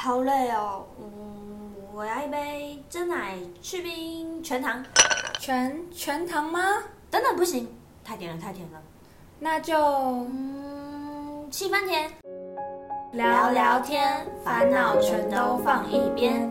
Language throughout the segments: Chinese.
好累哦。我要一杯真奶去冰全糖。 全糖吗？ 等等，不行，太甜了，太甜了。 那就 7分甜。 聊聊天，烦恼全都放一边。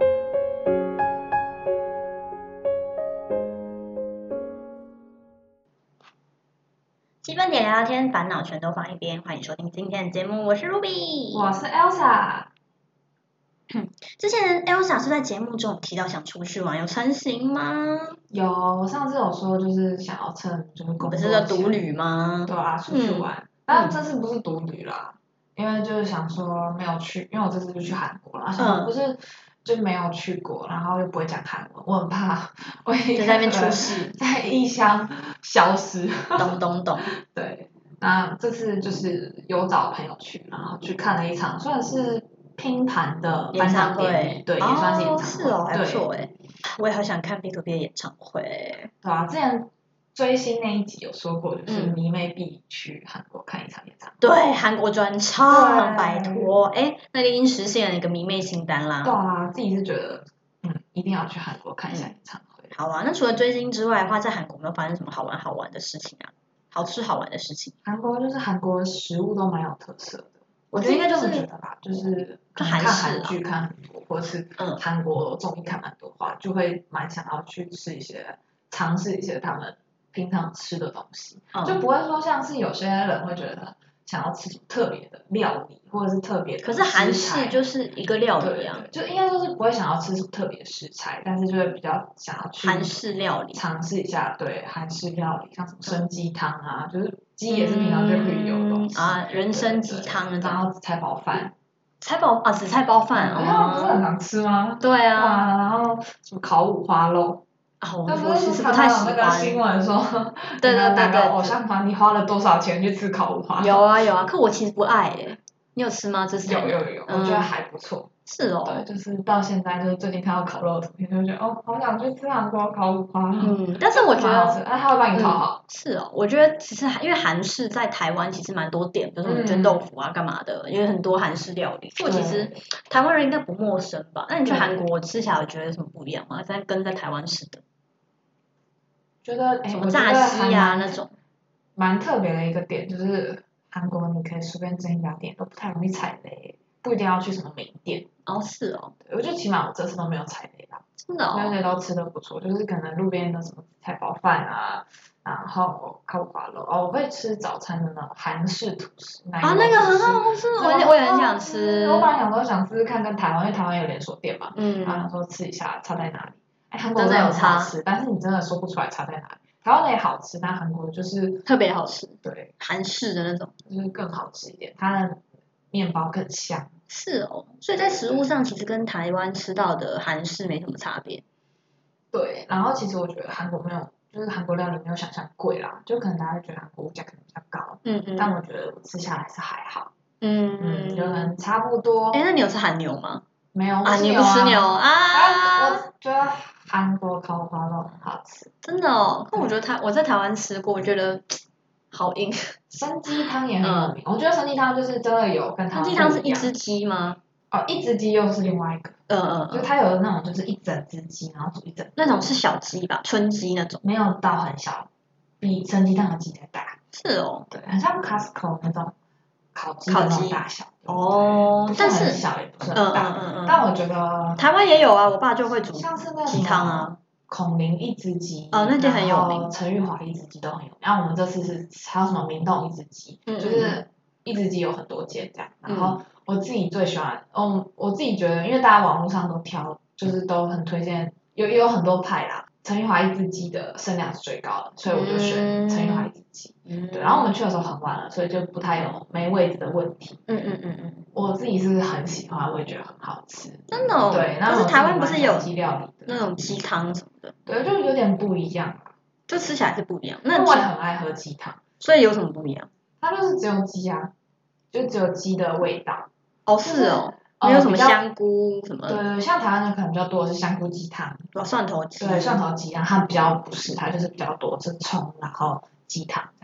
7分甜聊聊天，烦恼全都放一边。欢迎收听今天的节目，我是 Ruby， 我是 Elsa。 之前 Elsa 是在节目中有提到想出去玩，有成行吗？ 有，我上次有说就是想要趁就是工作不是个独旅吗？ 对啊，出去玩。但这次不是独旅啦，因为就是想说没有去，因为我这次就去韩国了，想说不是就没有去过，然后又不会讲韩文，我很怕我一个在那边出事， 在异乡消失。 懂。 对，那这次就是有找朋友去，然后去看了一场算是拼盘的颁奖典礼，对，也算是演唱会， 是哦，还不错哎。我也好想看 B2B 的演唱会。 对啊，之前追星那一集有说过，就是迷妹必去韩国看一场演唱会。 对，韩国专场，拜托，哎，那个已经实现了一个迷妹清单啦。 对啊，自己是觉得，一定要去韩国看一下演唱会。 好啊，那除了追星之外的话，在韩国有没有发生什么好玩的事情啊？好吃好玩的事情？ 韩国就是韩国食物都蛮有特色的，我觉得应该就是觉得吧，就是看韩剧看很多，或者是韩国综艺看蛮多话，就会蛮想要去尝试一些他们平常吃的东西，就不会说像是有些人会觉得想要吃什么特别的料理，或者是特别的可是韩式就是一个料理啊， 就应该说是不会想要吃什么特别的食材，但是就会比较想要去韩式料理尝试一下，对韩式料理，像什么生鸡汤啊，就是鸡也是平常就会有的东西啊，人参鸡汤那种， 然后紫菜包饭， 紫菜包饭， 不是很常吃吗？ 对啊， 然后什么烤五花肉。 我其实不太喜欢。 那个新闻说， 对， 哪个偶像团体花了多少钱去吃烤五花肉？ 有啊，可我其实不爱诶。你有吃吗？这是有，我觉得还不错。 是哦。 对，就是到现在，就是最近看到烤肉的图片，就觉得好想去吃韩国烤五花肉。 但是我觉得， 他会帮你烤好。 是哦，我觉得其实因为韩式在台湾其实蛮多店，比如说卷豆腐啊干嘛的，也有很多韩式料理，所以其实台湾人应该不陌生吧？那你去韩国吃起来，有觉得有什么不一样吗？跟在台湾吃的？ 觉得什么炸鸡啊那种， 蛮特别的一个点，就是韩国你可以随便整一家店，都不太容易踩雷，不一定要去什么名店。 是哦。 我觉得起码我这次都没有踩雷吧。 真的哦。 而且都吃的不错，就是可能路边的什么菜包饭啊，然后烤五花肉。我会吃早餐的那种韩式吐司。那个很好吃，我也很想吃。 我本来想吃看跟台湾，因为台湾有连锁店嘛，然后想说吃一下差在哪里。韩国真的有好吃，但是你真的说不出来差在哪里。台湾的也好吃，但韩国就是特别好吃。 对， 韩式的那种就是更好吃一点，它的面包更香。 是哦，所以在食物上其实跟台湾吃到的韩式没什么差别。 对，然后其实我觉得韩国就是韩国料理没有想象贵啦，就可能大家会觉得韩国物价可能比较高，但我觉得我吃下来是还好，就可能差不多。 那你有吃韩牛吗？ 没有， 你不吃牛啊？ 我觉得韩国烤五花肉很好吃。 真的哦，可我觉得我在台湾吃过，我觉得好硬。 生鸡汤也很有名，我觉得生鸡汤就是真的有跟它生鸡汤是一只鸡吗？ 一只鸡又是另外一个。就它有那种就是一整只鸡，然后煮一整。 那种是小鸡吧，春鸡那种。 没有到很小，比生鸡汤的鸡才大。 是哦。 对，很像 Costco 那种烤鸡的那种大小。 但是很小也不是很大。但我觉得台湾也有啊，我爸就会煮像是那鸡汤啊。 孔林一只鸡， 那间很有名。 陈玉华一只鸡都很有名。然后我们这次还有什么明洞一只鸡，就是一只鸡有很多间这样。然后我自己最喜欢，我自己觉得，因为大家网络上都挑，就是都很推荐，也有很多派啦。陈玉华一只鸡的声量是最高的，所以我就选陈玉华一只鸡。对，然后我们去的时候很晚了，所以就不太有没位置的问题。我自己是很喜欢，我也觉得很好吃。 真的哦。 对， 可是台湾不是有鸡料理的那种鸡汤什么的？ 对，就有点不一样， 就吃起来是不一样。 因为我也很爱喝鸡汤。 所以有什么不一样？ 它就是只有鸡啊，就只有鸡的味道。 是哦。没有什么香菇什么的。 对，像台湾的可能比较多的是香菇鸡汤， 蒜头鸡。 对，蒜头鸡汤它比较不是，它就是比较多是葱，然后鸡汤这样。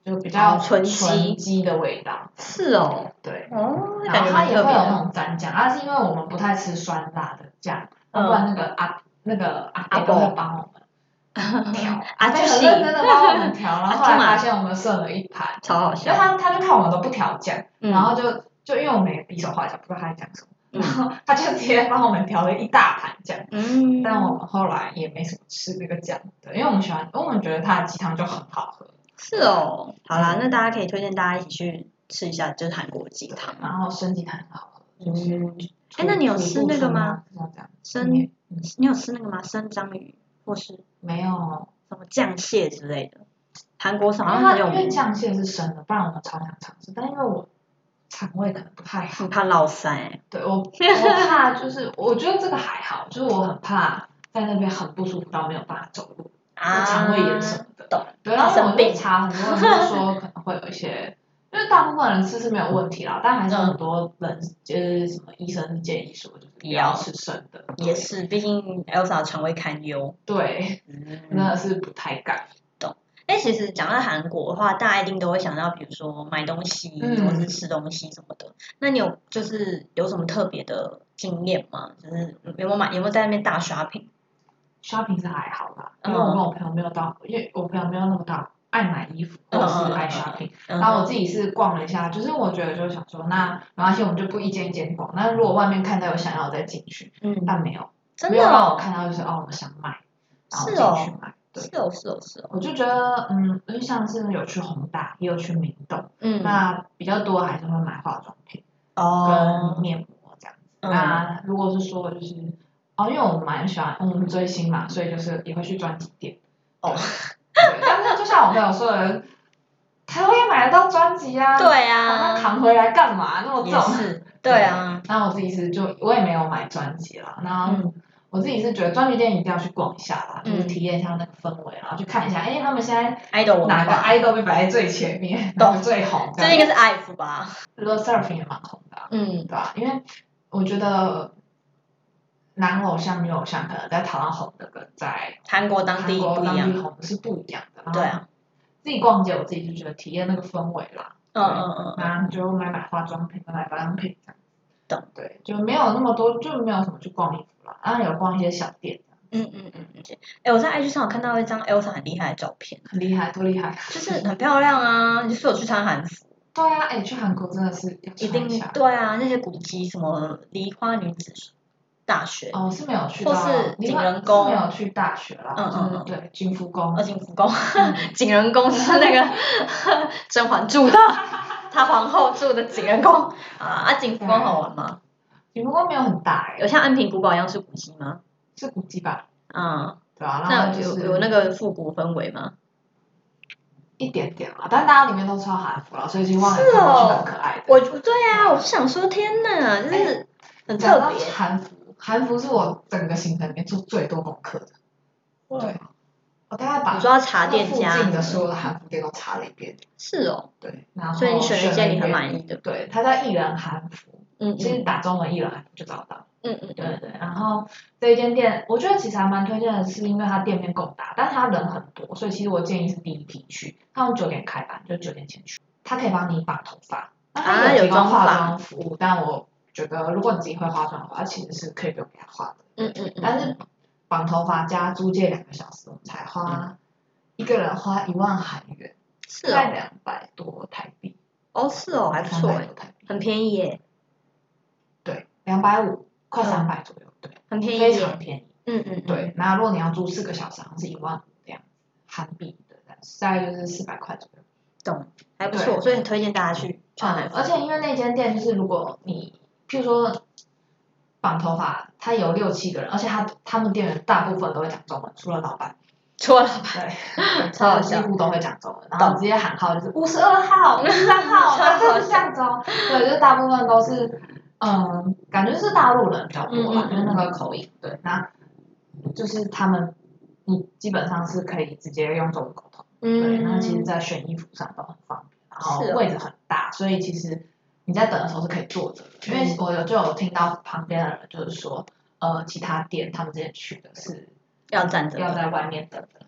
就比较纯鸡的味道。 是哦。 对。 哦， 然后它也会有那种蘸酱，是因为我们不太吃酸辣的酱，不然那个阿伯都会帮我们。调，阿伯很认真的帮我们调，然后后来发现我们剩了一盘， 超好笑。 因为他就看我们都不调酱，然后就因为我们也比手画脚，不知道他在讲什么，然后他就直接帮我们调了一大盘酱。但我们后来也没什么吃那个酱，对，因为我们觉得它的鸡汤就很好喝。 是哦，好啦，那大家可以推荐大家一起去吃一下，就是韩国鸡汤， 然后生鸡汤很好喝。 那你有吃那个吗？你有吃那个吗？生章鱼或是没有什么酱蟹之类的？韩国好像很有名。 因为酱蟹是生的，不然我们超想尝试，但因为我肠胃可能不太好， 你怕落腮。 对，我怕就是我觉得这个还好，就是我很怕在那边很不舒服到没有办法走路，肠胃炎什么的。对，然后我就查，很多人都说可能会有一些，因为大部分人吃是没有问题啦，但还是很多人就是什么医生是建议说就是不要吃生的。 也是，毕竟 Elsa 肠胃堪忧。 对，真的是不太敢。 懂。其实讲到韩国的话，大家一定都会想到，比如说买东西或是吃东西什么的。那你有什么特别的经验吗？就是有没有在那边大 shopping？shopping 是还好啦，因为我跟我朋友没有到，因为我朋友没有那么大爱买衣服，或者是爱 shopping。然后我自己是逛了一下，就是我觉得就是想说，那没关系，我们就不一间一间逛。那如果外面看到有想要再进去，但没有，没有让我看到就是我想买，然后进去买。 是哦。 我就觉得，因为像是有去弘大，也有去明洞，那比较多还是会买化妆品，跟面膜这样子。那如果是说就是，因为我们蛮喜欢，我们追星嘛，所以就是也会去专辑店。对，但是就像我朋友说的，台湾也买得到专辑啊， 对啊， 把它扛回来干嘛？那么重。 对啊。 然后我自己我也没有买专辑啦，然后。我自己是觉得专辑店一定要去逛一下啦，就是体验一下那个氛围，然后去看一下，他们现在哪个 idol 被摆在最前面，哪个最红？ 这应该是 IVE 吧 ？LE SSERAFIM 也蛮红的，对吧？因为我觉得男偶像、女偶像可能在台湾红的跟在韩国当地红的是不一样的。 对啊。 自己逛街，我自己就觉得体验那个氛围啦。那就买化妆品，买保养品这样。对，就没有那么多，就没有什么去逛衣服啦，然后有逛一些小店。 我在 IG 上有看到一张 Elsa 很厉害的照片。 很厉害，多厉害！ 就是很漂亮啊，就是有去穿韩服。 对啊，去韩国真的是一定对啊，那些古迹什么梨花女子大学。 是没有去到。或是景仁宫。 没有去大学啦。对，景福宫。 景福宫。景仁宫是那个甄嬛住的，她皇后住的景仁宫。景福宫好玩吗？ 景福宫没有很大有像安平古堡一样是古迹吗？ 是古迹吧。对啊。 那有那个复古氛围吗？ 一点点啦，但大家里面都穿韩服了，所以其实望远看过去很可爱的。 对啊，我就想说天哪，就是很特别。 韩服是我整个行程里面做最多功课的。对。我大概把你说要查店家附近的所有的韩服店都查了一遍。 是哦。 对，然后所以你选了一件你很满意的。 对，它叫艺人韩服。其实打中文艺人韩服就找到。对。然后这一间店，我觉得其实还蛮推荐的，是因为它店面够大，但是它人很多，所以其实我建议是第一批去。他们9点开班，就9点前去。他可以帮你绑头发，那他有提供化妆服务，但我觉得如果你自己会化妆的话，其实是可以不用给他化的。但是绑头发加租借2个小时，我们才花一个人花1万韩元，大概200多台币。 是哦，还不错很便宜耶。 对，250快300左右，对， 很便宜， 非常便宜。 对， 那如果你要租4个小时，好像是1万5这样韩币的，大概就是400块左右。 懂，还不错，所以很推荐大家去穿韩服。 而且因为那间店就是如果你譬如说绑头发，他有6、7个人，而且他们店员大部分都会讲中文，除了老板。对，超好笑，几乎都会讲中文，然后直接喊号就是52号、53号，这是向中。对，就大部分都是感觉是大陆人比较多啦，因为那个口音。对，那就是他们，你基本上是可以直接用中文沟通。对，那其实在选衣服上都很方便，然后位置很大，所以其实你在等的时候是可以坐着的。因为我有听到旁边的人就是说，其他店他们之前去的是要站着， 要在外面等的，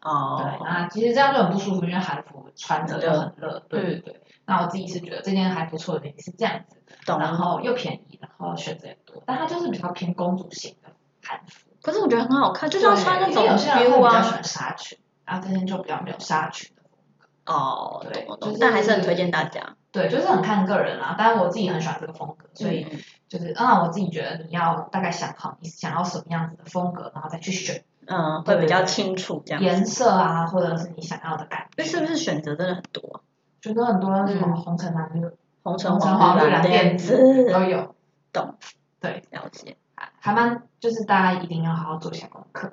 哦， 对，那其实这样就很不舒服，因为韩服穿着就很热，对。那我自己是觉得这件还不错的原因是这样子，然后又便宜，然后选择也多，但它就是比较偏公主型的韩服。 可是我觉得很好看，就是要穿那种有些人会 feel 啊。 比较喜欢纱裙，然后这件就比较没有纱裙的风格。 哦， 对， 懂，但还是很推荐大家。 对，就是很看个人啦，但是我自己很喜欢这个风格，所以就是我自己觉得你要大概想好你想要什么样子的风格，然后再去选。 会比较清楚这样。 颜色啊，或者是你想要的感觉。 是不是选择真的很多？ 选择很多，什么红橙蓝绿、 红橙黄绿蓝靛紫都有。 懂。 对， 了解。 还蛮，就是大家一定要好好做一下功课。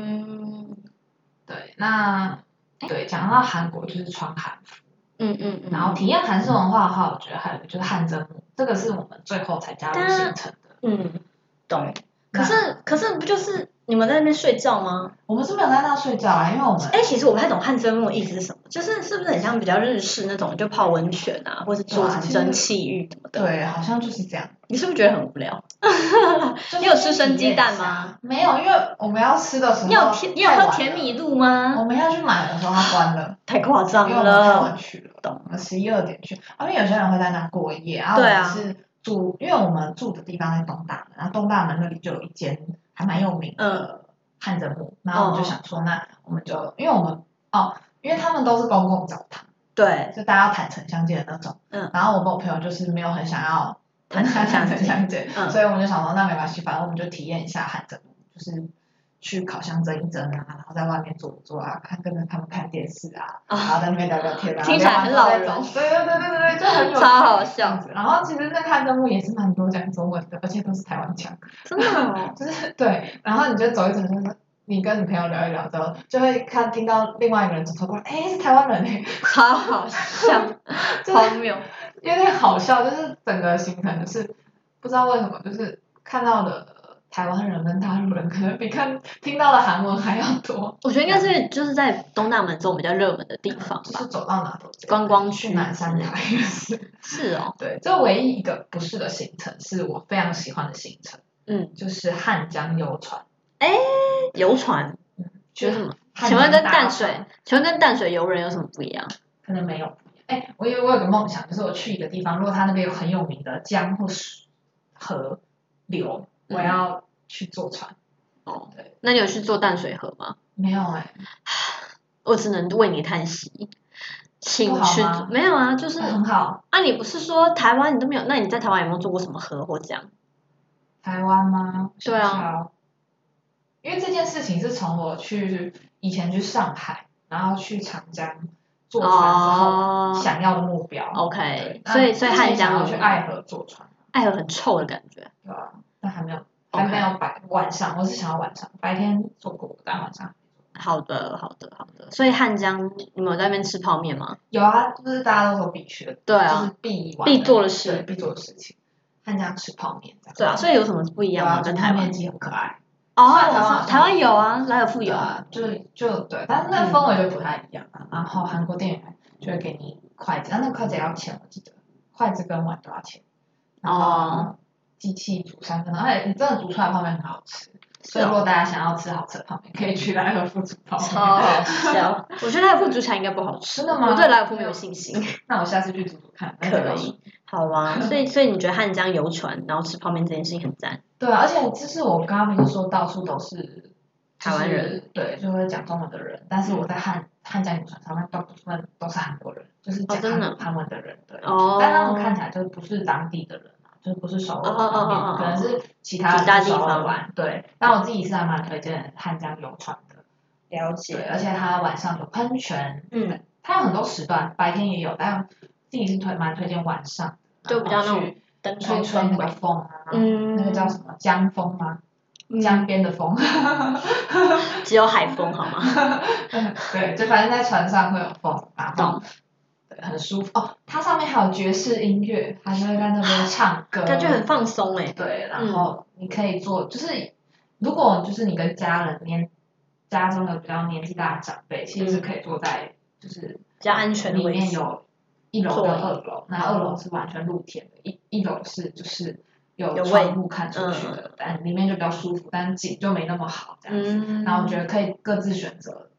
对，那对讲到韩国就是穿韩服。然后体验韩式文化的话，我觉得还有就是汗蒸幕，这个是我们最后才加入行程的。 懂。可是不就是你们在那边睡觉吗？ 我们是没有在那睡觉啊，因为我们其实我不太懂汗蒸幕的意思是什么，就是是不是很像比较日式那种，就泡温泉啊，或是做什么蒸汽浴什么的？ 对，好像就是这样。 你是不是觉得很无聊？你有吃生鸡蛋吗？ 没有，因为我们要吃的时候要喝甜米露吗？ 我们要去买的时候它关了， 太夸张了。 因为我们太晚去了，懂？我们11、2点去，因为有些人会在那过夜，然后我们是住，因为我们住的地方在东大门，然后东大门那里就有一间还蛮有名的汗蒸幕，然后我们就想说，那我们就因为我们因为他们都是公共澡堂， 对， 就大家坦诚相见的那种，然后我跟我朋友就是没有很想要坦诚相见，所以我们就想说，那没关系，反正我们就体验一下汗蒸幕，就是去烤箱蒸一蒸啊，然后在外面坐一坐啊，跟着他们看电视啊，然后在那边聊聊天啊， 听起来很老人， 对，就很有超好笑。 然后其实那汗蒸幕也是蛮多讲中文的，而且都是台湾腔， 真的就是对，然后你就走一走，就是你跟你朋友聊一聊之后，就会听到另外一个人走过来，是台湾人超好笑，荒谬， 有点好笑，就是整个行程就是不知道为什么，就是看到的台湾人跟大陆人可能比听到的韩文还要多。 我觉得应该是就是在东大门这种比较热门的地方吧， 就是走到哪都观光区， 南山台是哦。 对，这唯一一个不是的行程是我非常喜欢的行程，就是汉江游船。 游船，觉得什么？请问跟淡水游人有什么不一样？ 可能没有。我有个梦想，就是我去一个地方，如果他那边有很有名的江或河流，我要去坐船。对。 那你有去坐淡水河吗？ 没有我只能为你叹息。请去。没有啊，就是很好。 你不是说台湾你都没有？那你在台湾有没有坐过什么河或江？ 台湾吗？ 对啊。 因为这件事情是从我以前去上海，然后去长江坐船之后想要的目标。 OK， 所以汉江要去爱河坐船。 爱河很臭的感觉。 对啊，但还没有晚上，我是想要晚上，白天做过，但晚上。 好的。所以汉江你们有在那边吃泡面吗？ 有啊，就是大家都说必去的， 对啊， 就是必做的事， 必做的事情。汉江吃泡面， 对啊，所以有什么不一样吗？跟台湾？ 面积很可爱。 台湾有啊，莱尔富有啊，就对，但是那氛围就不太一样啊。然后韩国店员就会给你筷子，那筷子也要钱，我记得筷子跟碗都要钱。然后机器煮3分钟，你真的煮出来泡面很好吃。所以如果大家想要吃好吃的泡面，可以去莱尔富煮泡面。 超好笑，我觉得莱尔富煮起来应该不好吃。 真的吗？ 我对莱尔富没有信心。 那我下次去煮看。 可以。好啊，所以你觉得汉江游船然后吃泡面这件事情很赞？ 对啊，而且就是我刚刚不是说到处都是台湾人， 对，就会讲中文的人，但是我在汉江游船上面大部分都是韩国人，就是讲韩文的人，对。但他们看起来就不是当地的人啊，就是不是首尔方面，可能是其他地方玩，对。但我自己是还蛮推荐汉江游船的。 了解。 对，而且它晚上有喷泉，它有很多时段，白天也有，但自己是蛮推荐晚上。 就比较那种灯光吹那个风啊，那个叫什么江风吗？江边的风， 只有海风好吗？ 对，就反正在船上会有风，然后对很舒服哦。它上面还有爵士音乐，它就会在那边唱歌， 感觉很放松对，然后你可以坐，就是如果就是你跟家中有比较年纪大的长辈，其实是可以坐在就是比较安全的位置， 里面有1楼跟2楼，那2楼是完全露天的，一楼是就是有窗户看出去的，但里面就比较舒服，但景就没那么好这样子。然后我觉得可以各自选择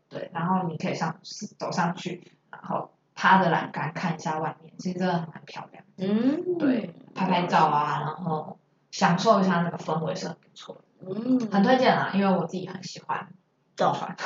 对，然后你可以走上去，然后趴着栏杆看一下外面，其实真的蛮漂亮的。对，拍拍照啊，然后享受一下那个氛围是很不错的。很推荐啊，因为我自己很喜欢坐船。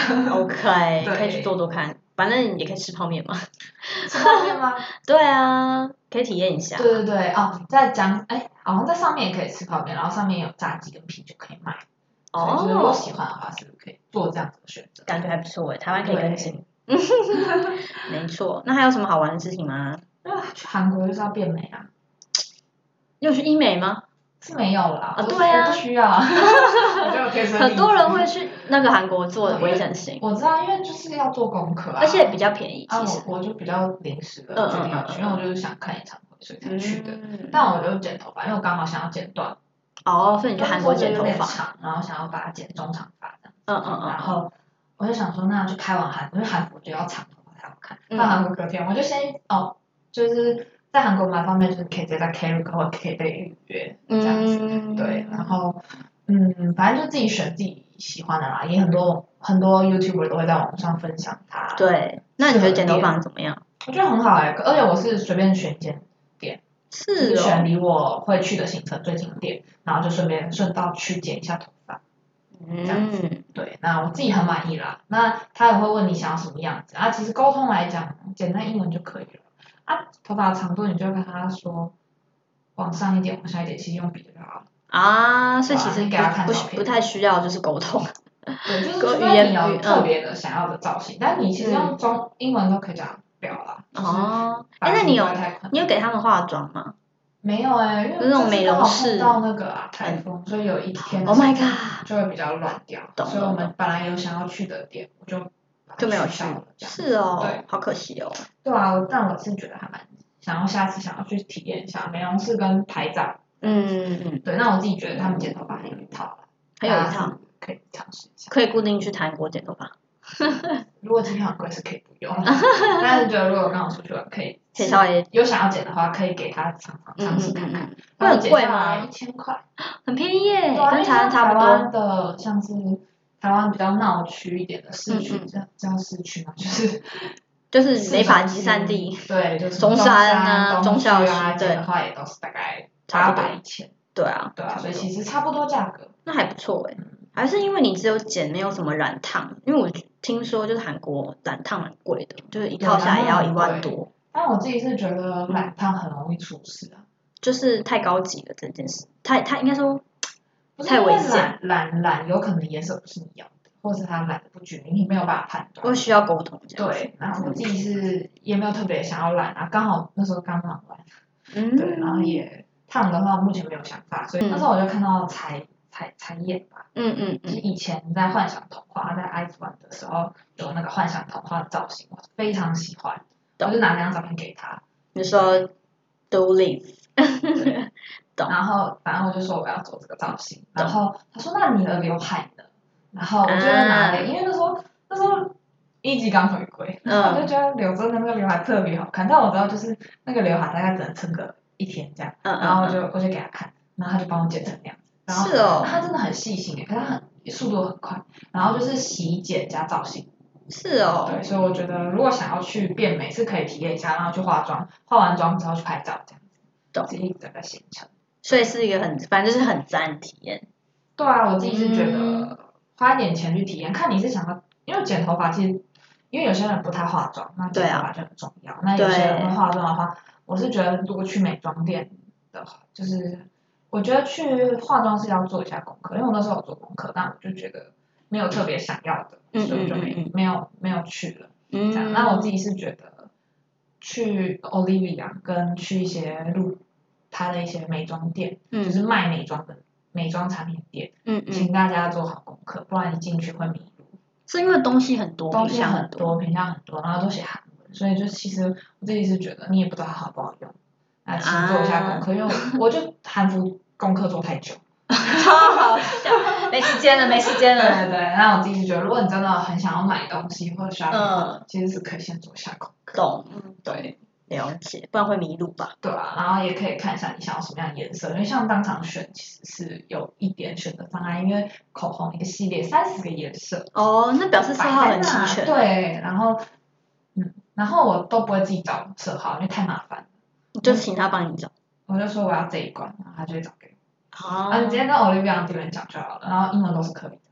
OK， 可以去做做看，反正也可以吃泡面嘛。 吃泡面吗？ 对啊，可以体验一下。 对对对，哦，好像在上面也可以吃泡面，然后上面有炸鸡跟啤酒可以买。所以就是如果喜欢的话，是可以做这样子的选择。 感觉还不错台湾可以跟进。没错，那还有什么好玩的事情吗？ 去韩国就是要变美啊。 你有去医美吗？ 是没有啦， 对啊， 我不需要啊。我觉得我天生丽质。 很多人会去那个韩国做微整形。 我知道，因为就是要做功课啊。 而且比较便宜，其实。 我就比较临时的决定要去，因为我就是想看演唱会，所以才去的。但我就剪头发，因为我刚好想要剪短。 所以你去韩国剪头发。 长，然后想要把它剪中长发这样。然后我就想说，那去开完韩国，因为韩国就要长头发才好看。到韩国隔天，我就先就是在韩国蛮方便，就是可以直接在 Klook 或可以被预约这样子。对，然后反正就自己选自己喜欢的啦，也很多 YouTuber 都会在网上分享它。 对，那你觉得剪头发怎么样？ 我觉得很好而且我是随便选一间店。就是选离我会去的行程最近的店，然后就顺道去剪一下头发，这样子。对，那我自己很满意啦。那他也会问你想要什么样子啊，其实沟通来讲，简单英文就可以了。啊，头发长度你就跟他说往上一点，往下一点，其实用笔就好了。 所以其实不太需要就是沟通。 对，就是除非你有特别的想要的造型，但你其实用英文都可以这样表啦。 那你有给他们化妆吗？ 没有因为那种美容室到那个台风，所以有一天 ，Oh my god， 就会比较乱掉。所以我们本来有想要去的店，我就没有去。是对，好可惜哦。 对啊，但我是觉得还蛮下次想要去体验一下美容室跟拍照。对，那我自己觉得他们剪头发很有一套，可以尝试一下。 可以固定去韩国剪头发。 如果机票很贵是可以不用，但是觉得如果刚好出去玩可以稍微有想要剪的话，可以给他尝试看看。 会很贵吗 ？1000块， 很便宜耶， 跟台湾差不多。 台湾的像是台湾比较闹区一点的市区，叫市区嘛，就是美发集散地。 对，就是中山啊、中校啊，剪的话也都是大概800、1000。 对啊， 所以其实差不多价格。 那还不错还是因为你只有剪没有什么染烫，因为我听说就是韩国染烫蛮贵的，就是一套下来也要1万多。 但我自己是觉得染烫很容易出事啊， 就是太高级了这件事，太应该说太危险。 染有可能颜色不是你要的，或是它染的不均匀，你没有办法判断。 会需要沟通这样。 对，然后我自己是也没有特别想要染啊，刚好那时候刚烫完。对，然后也烫的话目前没有想法，所以那时候我就看到彩燕吧。就是以前在幻想童话，在 iQOO 的时候有那个幻想童话的造型，我非常喜欢，我就拿那张照片给他。 你说 Do live。 然后反正我就说我要做这个造型，然后他说那你的刘海呢？然后我就拿了，因为那时候一级刚回归，然后我就觉得柳真的那个刘海特别好看，但我知道就是那个刘海大概只能撑个1天这样，然后我就给他看，然后他就帮我剪成那样子。然后他真的很细心可是他速度很快，然后就是洗剪加造型。对，所以我觉得如果想要去变美是可以体验一下，然后去化妆，化完妆之后去拍照这样子，这一整个行程。 所以是一个反正就是很赞的体验。 对啊，我自己是觉得花一点钱去体验，看你是想要，因为剪头发其实，因为有些人不太化妆，那剪头发就很重要。那有些人会化妆的话，我是觉得如果去美妆店的话，就是我觉得去化妆是要做一下功课，因为我那时候有做功课，但我就觉得没有特别想要的，所以我就没有去了。这样，那我自己是觉得去 Olivia 跟去一些它的一些美妆店，就是卖美妆的美妆产品店，请大家做好功课，不然你进去会迷路。 是因为东西很多， 品相很多，然后都写韩文，所以就其实我自己是觉得你也不知道它好不好用，那请做一下功课，因为我就韩服功课做太久， 超好笑，没时间了。 对，那我自己是觉得，如果你真的很想要买东西或者需要其实是可以先做一下功课。 懂， 对。 了解，不然会迷路吧？ 对啊，然后也可以看一下你想要什么样的颜色，因为像当场选其实是有一点选择障碍，因为口红一个系列30个颜色。 哦，那表示色号很齐全。 对，然后我都不会自己找色号，因为太麻烦。 你就请他帮你找。 我就说我要这一罐，然后他就会找给我。 啊， 你直接跟 Olivia 店员讲就好了，然后英文都是可以的。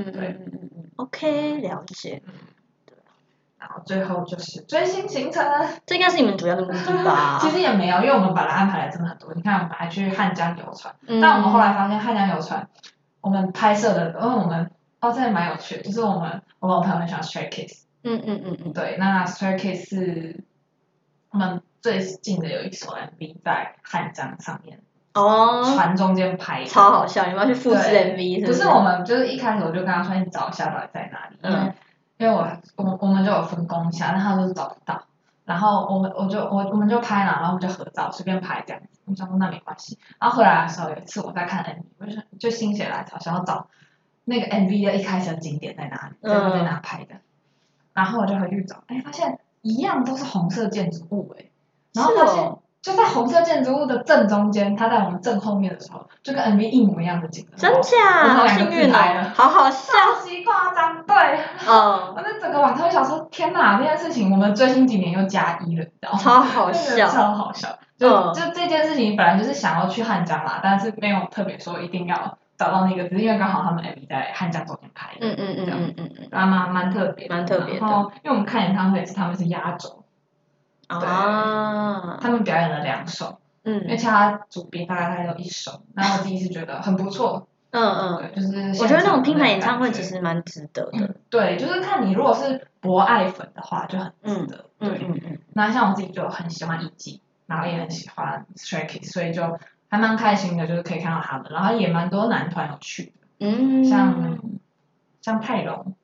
OK， 了解。 然后最后就是追星行程， 这应该是你们主要的目的吧？ 其实也没有，因为我们本来安排的真的很多。你看，我们还去汉江游船，但我们后来发现汉江游船，我们拍摄的，因为我们这也蛮有趣的，就是我跟我朋友很喜欢 Stray Kids。对，那 Stray Kids 是我们最近的有一首 MV 在汉江上面。船中间拍的， 超好笑！你们要去复制 MV 是不是？ 不是，我们就是一开始我就跟他说，你找一下到底在哪里，因为我们就有分工一下，但他就是找不到，然后我们就拍了，然后我们就合照，随便拍这样子，我想说那没关系。然后回来的时候有一次我在看 MV，我就心血来潮想要找那个 MV 的一开始的景点在哪里，在哪拍的，然后我就回去找，发现一样都是红色建筑物然后发现。就在红色建筑物的正中间，他在我们正后面的时候，就跟 MV 一模一样的景。 真假？好幸运哦！好好笑， 超级夸张，对。我那整个晚上想说，天哪，这件事情我们追星几年又加1了，你知道吗？ 超好笑， 超好笑。就这件事情本来就是想要去汉江啦，但是没有特别说一定要找到那个，只是因为刚好他们 MV 在汉江中间拍的，然后蛮特别的。然后因为我们看演唱会他们是压轴。对，他们表演了2首，因为其他组别大概都1首，然后我自己是觉得很不错，对，就是我觉得那种拼盘演唱会其实蛮值得的， 对，就是看你如果是博爱粉的话就很值得，对，那像我自己就很喜欢E.G，然后也很喜欢 Stray Kids，所以就还蛮开心的，就是可以看到他们，然后也蛮多男团有去的，像泰隆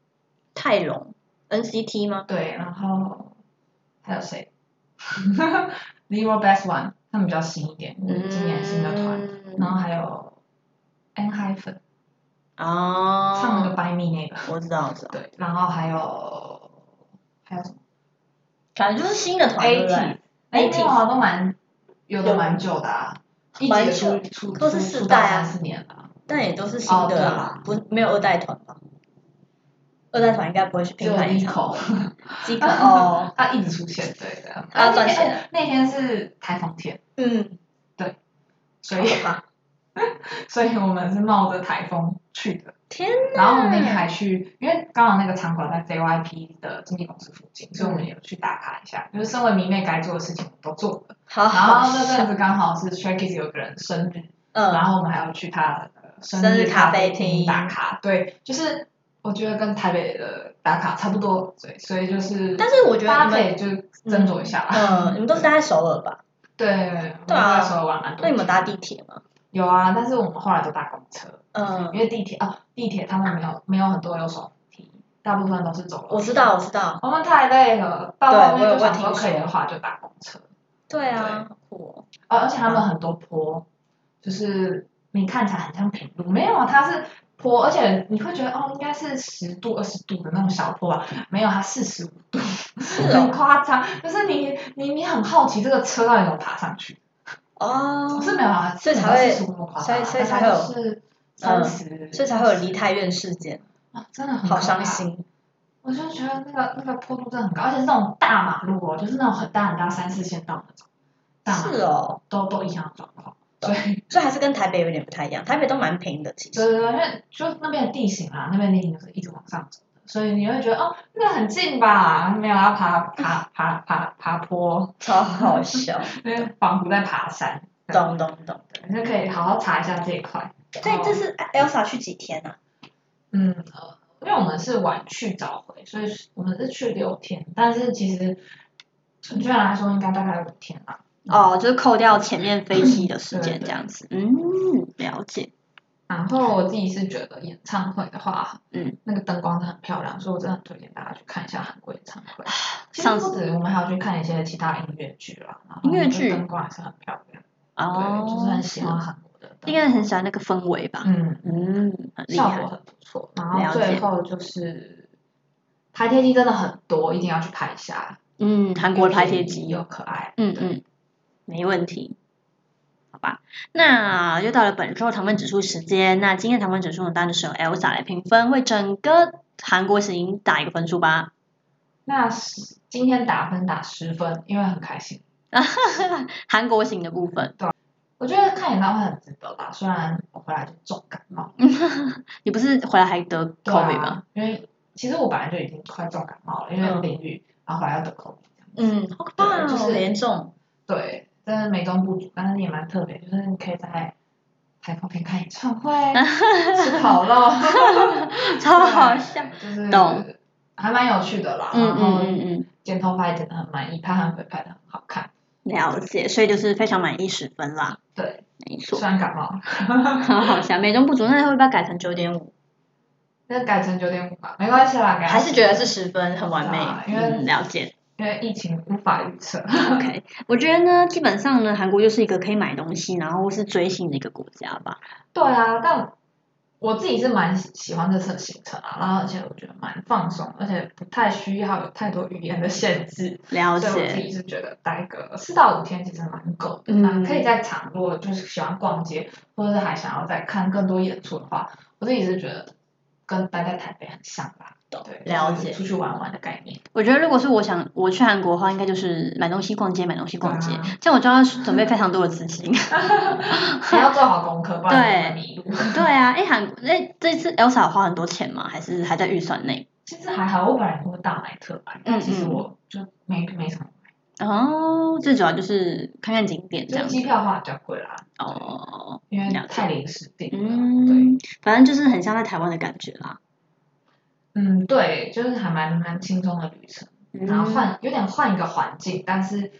NCT 吗？ 对，然后还有谁？Zero Best One， 他们比较新一点，今年新的团，然后还有 ENHYPEN， 唱那个 By Me 那个， 我知道。 对，然后还有什么？ 反正就是新的团，对不对 ？AT 都有的蛮久的啊， 蛮久，都是4代啊 ，3-4年了， 但也都是新的啊，没有2代团吧？2代团应该不会去拼盘演唱会。Zico 哦， 他一直出现，对的。 他要赚钱。 那天是台风天。对。所以我们是冒着台风去的。 天哪！然后我们那天还去，因为刚好那个场馆在 JYP 的经纪公司附近，所以我们有去打卡一下。就是身为迷妹该做的事情我们都做了。然后那阵子刚好是 Stray Kids 有个人生日，然后我们还要去他生日咖啡厅打卡。对，就是我觉得跟台北的打卡差不多，对，所以就是。 但是我觉得大家可以就斟酌一下啦。 你们都是待在首尔吧？ 对，我们在首尔玩蛮多。 那你们搭地铁吗？ 有啊，但是我们后来都搭公车。因为地铁他们没有很多有手扶梯，大部分都是走楼梯。 我知道。 我们太累了，到后面就想说可以的话就搭公车。 对啊，酷。 而且他们很多坡，就是你看起来很像平路，没有啊，它是坡，而且你会觉得应该是10度20度的那种小坡啊，没有，它45度，很夸张。就是你很好奇这个车到底怎么爬上去。是没有啊， 所以才会所以才会有30， 所以才会有梨泰院事件。 真的很好伤心。 我就觉得那个坡度真的很高，而且是那种大马路就是那种很大3-4线道那种。 是哦。 都一样的状况。 所以还是跟台北有点不太一样，台北都蛮平的其实。 对，因为就那边的地形啊，那边的地形就是一直往上走的，所以你会觉得那个很近吧，没有要爬坡。 超好笑。 因为仿佛在爬山。 懂。 你就可以好好查一下这一块。 对，这是 Elsa 去几天啊？ 因为我们是晚去早回，所以我们是去6天，但是其实准确来说应该大概5天啦。 就是扣掉前面飞机的时间这样子。了解。 然后我自己是觉得演唱会的话，那个灯光真的很漂亮，所以我真的很推荐大家去看一下韩国演唱会。上次我们还要去看一些其他音乐剧啦，音乐剧灯光还是很漂亮。对，就是很喜欢韩国的。 应该很喜欢那个氛围吧。 效果很不错。然后最后就是拍贴机真的很多，一定要去拍一下。 韩国的拍贴机又可爱。 没问题。好吧，那又到了本周糖分指数时间。那今天的糖分指数呢，当然就是由 Elsa 来评分，为整个韩国行打一个分数吧。 那今天打分打10分，因为很开心。 韩国行的部分。 对，我觉得看演唱会很值得吧，虽然我回来就重感冒。 你不是回来还得 COVID 吗？ 因为其实我本来就已经快重感冒了，因为淋雨，然后回来要得 COVID。 好可怕就是很严重。 对，真的美中不足，但是也蛮特别，就是你可以在海旁边看演唱会，吃烤肉， 超好笑， 就是懂， 还蛮有趣的啦。然后剪头发也剪得很满意，拍韩粉拍得很好看。 了解，所以就是非常满意10分啦。 对， 没错。 虽然感冒。 好好笑，美中不足，那会不会改成9.5？ 那改成9.5吧，没关系啦， 还是觉得是10分很完美， 因为了解。 因为疫情无法预测。 OK， 我觉得呢，基本上呢，韩国就是一个可以买东西，然后是追星的一个国家吧。 对啊，但我自己是蛮喜欢这次的行程啊，然后而且我觉得蛮放松，而且不太需要有太多语言的限制。 了解。 所以我自己是觉得待个4到5天其实蛮够的。那可以再长，如果就是喜欢逛街，或者是还想要再看更多演出的话，我自己是觉得跟待在台北很像吧。对， 了解， 出去玩玩的概念。 我觉得如果是我去韩国的话，应该就是买东西逛街，这样我就要准备非常多的资金。 你要做好功课，不然会迷路。 对啊，这次 Elsa 花很多钱吗？还是还在预算内？ 其实还好，我本来会大买特买，但其实我就没什么买。 最主要就是看看景点这样。 机票的话比较贵啦。因为太临时订了。对， 反正就是很像在台湾的感觉啦。 对，就是还蛮轻松的旅程，然后有点换一个环境，但是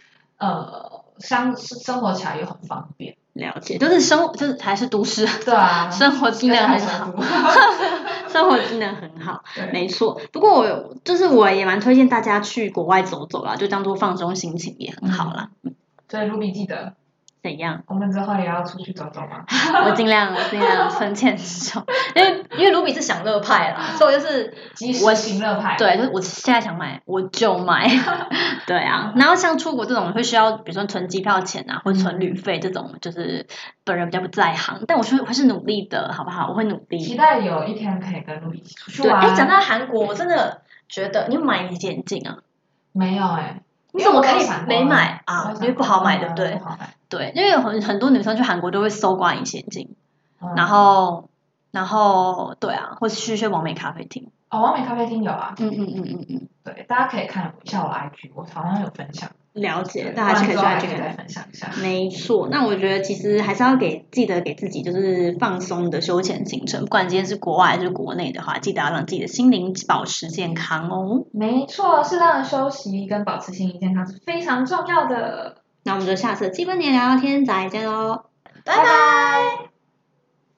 生活起来又很方便。 了解，就是还是都市。 对啊， 生活机能很好。生活机能很好，没错。不过我也蛮推荐大家去国外走走啦，就当做放松心情也很好啦。 所以Ruby记得。 怎样？ 我们之后也要出去走走吗？ 我尽量存钱走，因为卢比是享乐派啦，所以我就是我行乐派。 对，就是我现在想买我就买。对啊，然后像出国这种会需要，比如说存机票钱啊，或者存旅费这种，就是本人比较不在行，但我会是努力的，好不好？我会努力。 期待有一天可以跟卢比一起出去玩。 对，讲到韩国，我真的觉得你有买离眼镜啊？ 没有你怎么可以没买啊？因为不好买，对不对？对，因为有很多女生去韩国都会搜刮隐形眼镜，然后对啊，或是去一些网美咖啡厅。 网美咖啡厅有啊。对，大家可以看一下我 IG， 我好像有分享。 了解，大家可以去 IG 再分享一下。 没错，那我觉得其实还是要记得给自己就是放松的休闲行程，不管今天是国外还是国内的话，记得要让自己的心灵保持健康哦。 没错，适当的休息跟保持心理健康是非常重要的。 那我们就下次基本点聊聊天再见喽， 拜拜。